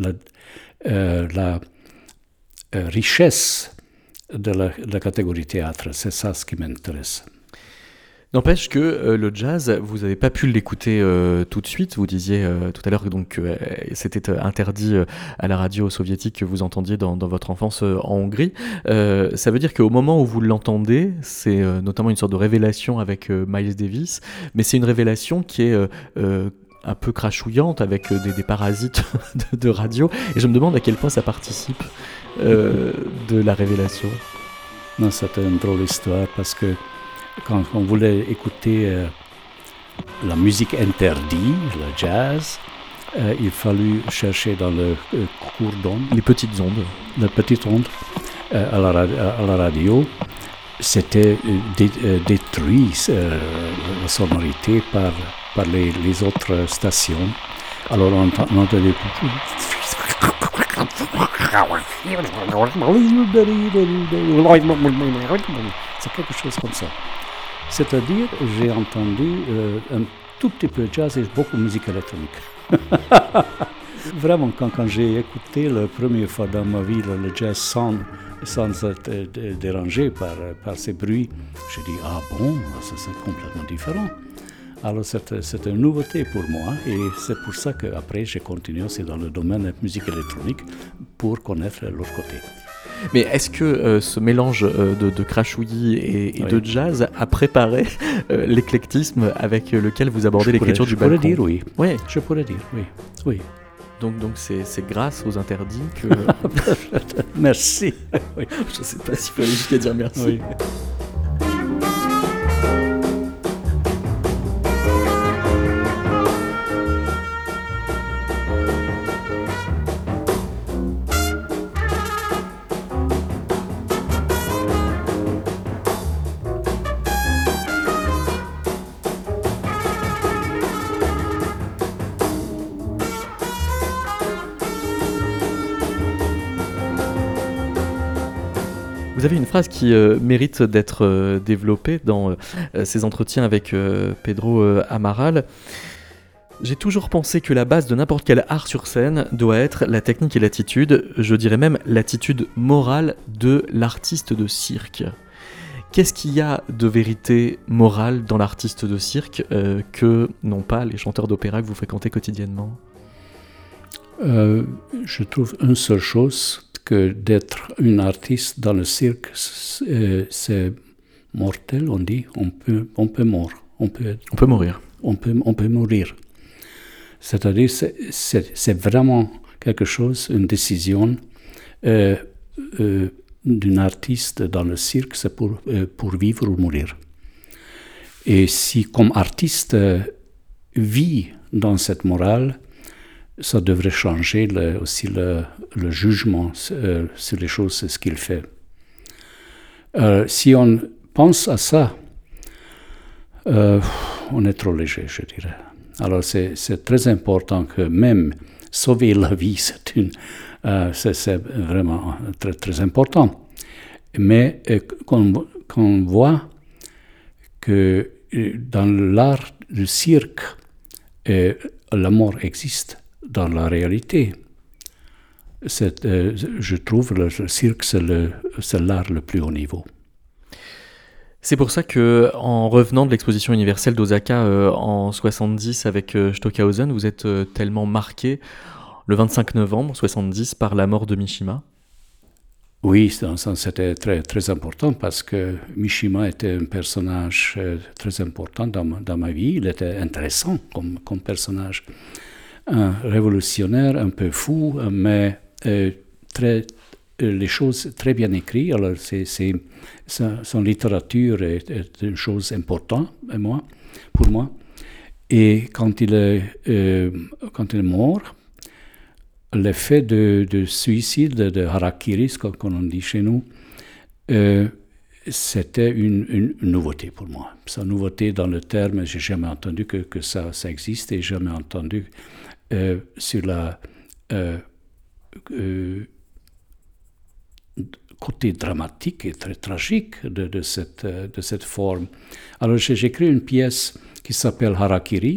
la richesse de la catégorie théâtre, c'est ça ce qui m'intéresse. N'empêche que le jazz, vous n'avez pas pu l'écouter tout de suite. Vous disiez tout à l'heure donc, que c'était interdit à la radio soviétique que vous entendiez dans votre enfance en Hongrie. Ça veut dire qu'au moment où vous l'entendez, c'est notamment une sorte de révélation avec Miles Davis, mais c'est une révélation qui est un peu crachouillante avec des parasites de radio. Et je me demande à quel point ça participe de la révélation. Non, c'était une drôle d'histoire parce que quand on voulait écouter la musique interdite, le jazz, il fallut chercher dans le cours d'onde. Les petites ondes. Les petites ondes à la radio. C'était détruit, la sonorité, par les autres stations. Alors on entendait... C'est quelque chose comme ça. C'est-à-dire, j'ai entendu un tout petit peu de jazz et beaucoup de musique électronique. Vraiment, quand j'ai écouté la première fois dans ma vie le jazz sans être dérangé par ces bruits, j'ai dit, ah bon, ça c'est complètement différent. Alors c'était une nouveauté pour moi et c'est pour ça qu'après j'ai continué aussi dans le domaine de la musique électronique pour connaître l'autre côté. Mais est-ce que ce mélange de crachouillis et de jazz a préparé l'éclectisme avec lequel vous abordez l'écriture du balcon ? Je pourrais dire oui. Ouais. Je pourrais dire oui. Donc c'est grâce aux interdits que... Merci. Oui. Je ne sais pas s'il faut aller jusqu'à dire merci. Oui. Vous avez une phrase qui mérite d'être développée dans ces entretiens avec Pedro Amaral. J'ai toujours pensé que la base de n'importe quel art sur scène doit être la technique et l'attitude, je dirais même l'attitude morale de l'artiste de cirque. Qu'est-ce qu'il y a de vérité morale dans l'artiste de cirque que n'ont pas les chanteurs d'opéra que vous fréquentez quotidiennement ? Je trouve une seule chose, que d'être un artiste dans le cirque, c'est mortel, on dit. On peut mourir. On peut mourir. On peut mourir. C'est-à-dire, c'est vraiment quelque chose, une décision d'un artiste dans le cirque, c'est pour vivre ou mourir. Et si, comme artiste, vit dans cette morale, ça devrait changer aussi le jugement sur les choses, ce qu'il fait. Si on pense à ça, on est trop léger, je dirais. Alors c'est très important que même sauver la vie, c'est vraiment très, très important. Mais qu'on voit que dans l'art du cirque, la mort existe dans la réalité. Je trouve le cirque, c'est l'art le plus haut niveau. C'est pour ça que, en revenant de l'exposition universelle d'Osaka en 70 avec Stockhausen, vous êtes tellement marqué le 25 novembre 70 par la mort de Mishima. Oui, c'était très, très important parce que Mishima était un personnage très important dans ma vie. Il était intéressant comme personnage. Un révolutionnaire, un peu fou, mais les choses très bien écrites. Alors, son littérature est une chose importante pour moi. Et quand il est mort, l'effet de suicide, de harakiri, comme on dit chez nous, c'était une nouveauté pour moi. C'est une nouveauté dans le terme, je n'ai jamais entendu que ça existe et jamais entendu sur la côté dramatique et très tragique de cette forme. Alors j'ai écrit une pièce qui s'appelle Harakiri,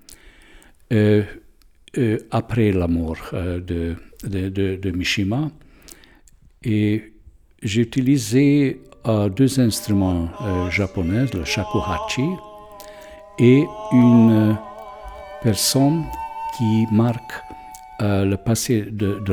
après la mort de Mishima, et j'ai utilisé deux instruments japonais, le shakuhachi, et une personne qui marque le passé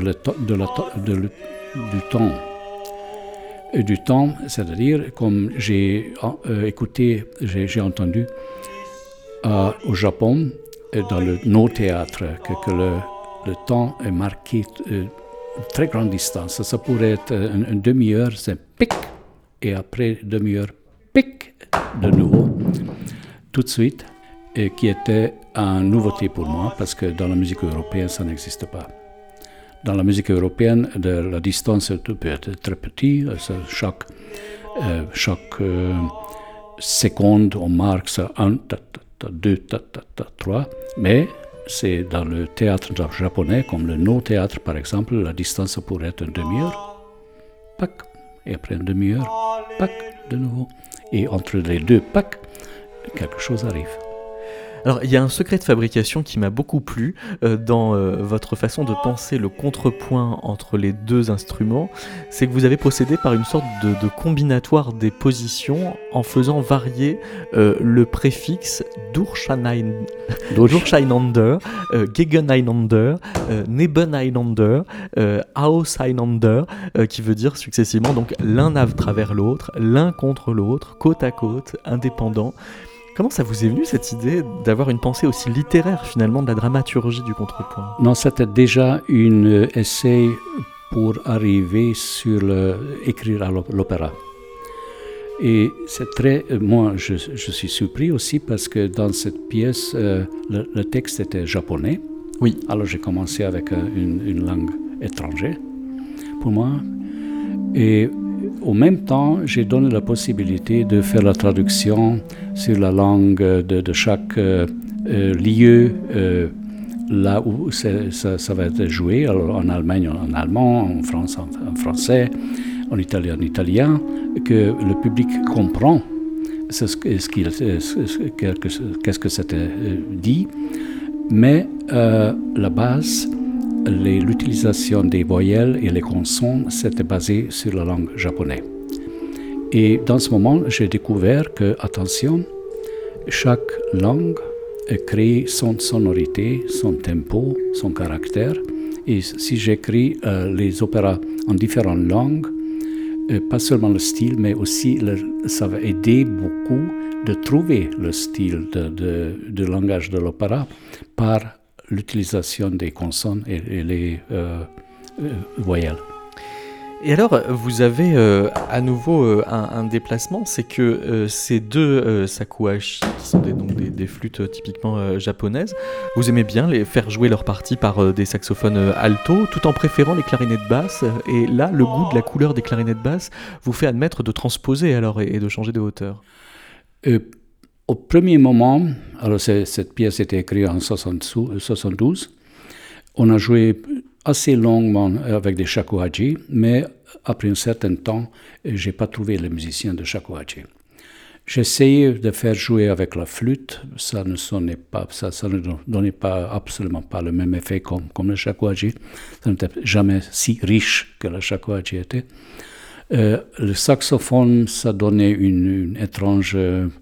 du temps, c'est-à-dire comme j'ai entendu au Japon, dans nos théâtres, que le temps est marqué une très grande distance. Ça pourrait être une demi-heure, c'est pic, et après demi-heure, pic, de nouveau, tout de suite, et qui était une nouveauté pour moi, parce que dans la musique européenne, ça n'existe pas. Dans la musique européenne, la distance peut être très petite. Chaque seconde, on marque ça 1, 2, 3. Mais c'est dans le théâtre japonais, comme le no-théâtre par exemple, la distance pourrait être une demi-heure, pac, et après une demi-heure, pac, de nouveau. Et entre les deux pacs, quelque chose arrive. Alors, il y a un secret de fabrication qui m'a beaucoup plu dans votre façon de penser le contrepoint entre les deux instruments, c'est que vous avez procédé par une sorte de combinatoire des positions en faisant varier le préfixe Durcheinander, Gegeneinander, Nebeneinander, Auseinander, qui veut dire successivement donc l'un à travers l'autre, l'un contre l'autre, côte à côte, indépendant. Comment ça vous est venu cette idée d'avoir une pensée aussi littéraire finalement de la dramaturgie du contrepoint ? Non, c'était déjà un essai pour arriver sur écrire à l'opéra. Et c'est moi je suis surpris aussi parce que dans cette pièce, le texte était japonais. Oui. Alors j'ai commencé avec une langue étrangère pour moi. Et au même temps, j'ai donné la possibilité de faire la traduction sur la langue de chaque lieu, là où ça va être joué. Alors en Allemagne, en allemand, en France, en français, en italien, que le public comprend qu'est-ce que c'était dit. Mais la base, l'utilisation des voyelles et les consonnes, c'était basé sur la langue japonaise. Et dans ce moment, j'ai découvert que, attention, chaque langue crée son sonorité, son tempo, son caractère. Et si j'écris les opéras en différentes langues, pas seulement le style, mais aussi ça va aider beaucoup de trouver le style de langage de l'opéra par l'utilisation des consonnes et les voyelles. Et alors, vous avez à nouveau un déplacement, c'est que ces deux shakuhachi, qui sont des flûtes typiquement japonaises, vous aimez bien les faire jouer leur partie par des saxophones alto, tout en préférant les clarinettes basses. Et là, le goût de la couleur des clarinettes basses vous fait admettre de transposer alors et de changer de hauteur. Au premier moment, alors cette pièce était écrite en 72, on a joué assez longuement avec des shakuhachi, mais après un certain temps, je n'ai pas trouvé les musiciens de shakuhachi. J'essayais de faire jouer avec la flûte, ça ne sonnait pas, ça ne donnait pas, absolument pas le même effet comme le shakuhachi. Ça n'était jamais si riche que le shakuhachi était. Le saxophone, ça donnait une étrange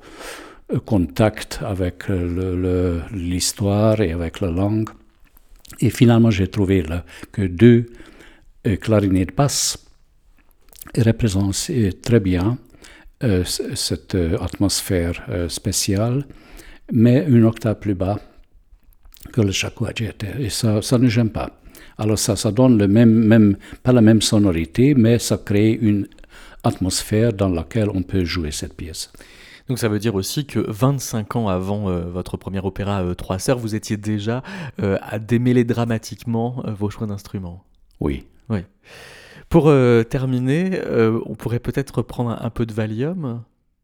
contact avec l'histoire et avec la langue. Et finalement, j'ai trouvé que deux clarinettes basses représentent très bien cette atmosphère spéciale, mais une octave plus bas que le shakuhachi était. Et ça ne gêne pas. Alors ça donne pas la même sonorité, mais ça crée une atmosphère dans laquelle on peut jouer cette pièce. Donc ça veut dire aussi que 25 ans avant votre premier opéra Trois Sœurs, vous étiez déjà à démêler dramatiquement vos choix d'instruments. Oui. Pour terminer, on pourrait peut-être prendre un peu de Valium.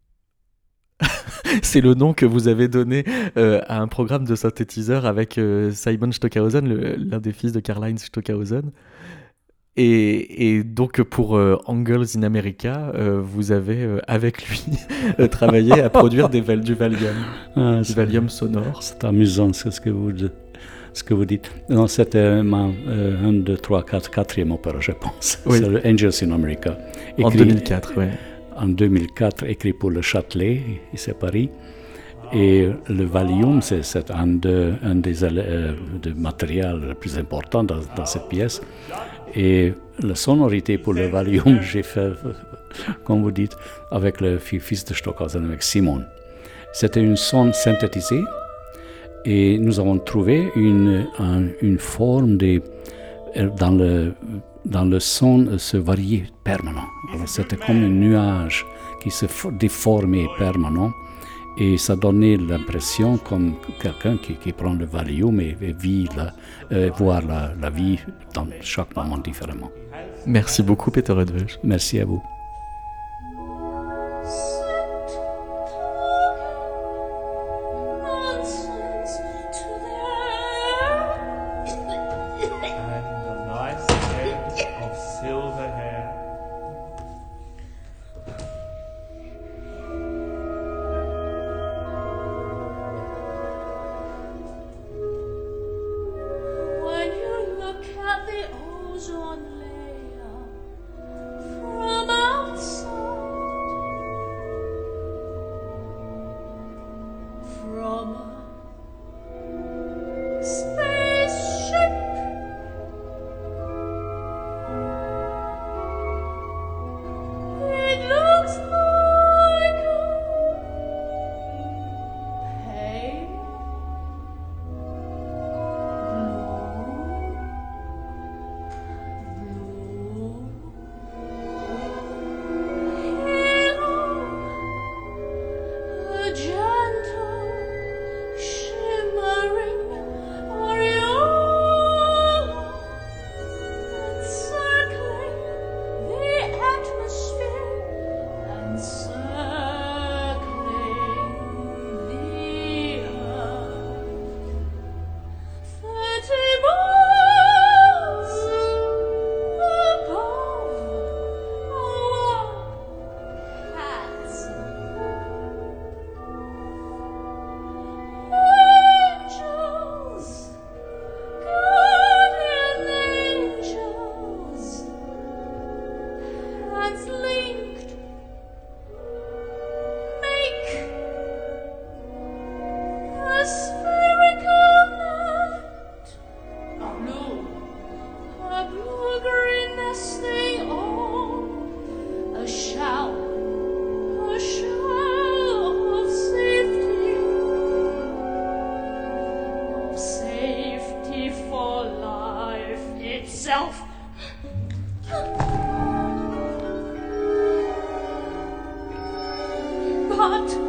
C'est le nom que vous avez donné à un programme de synthétiseur avec Simon Stockhausen, l'un des fils de Karl-Heinz Stockhausen. Et donc pour Angles in America, vous avez avec lui travaillé à produire du Valium, du Valium sonore. C'est amusant ce que vous dites. Non, c'était un, 2, 3, 4, quatrième opéra, je pense. Oui. C'est le Angels in America. En 2004, oui. En 2004, écrit pour le Châtelet, ici à Paris. Et le Valium, c'est un des matériels les plus importants dans cette pièce. Et la sonorité pour le Valium, j'ai fait, comme vous dites, avec le fils de Stockhausen, avec Simon. C'était une son synthétisée et nous avons trouvé une forme dans le son se variait permanent. Alors, c'était comme un nuage qui se déformait permanent. Et ça donnait l'impression comme quelqu'un qui prend le Valium et vit voir la vie dans chaque moment différemment. Merci beaucoup, Peter Edwige. Merci à vous. When you look at the ozone layer from itself. But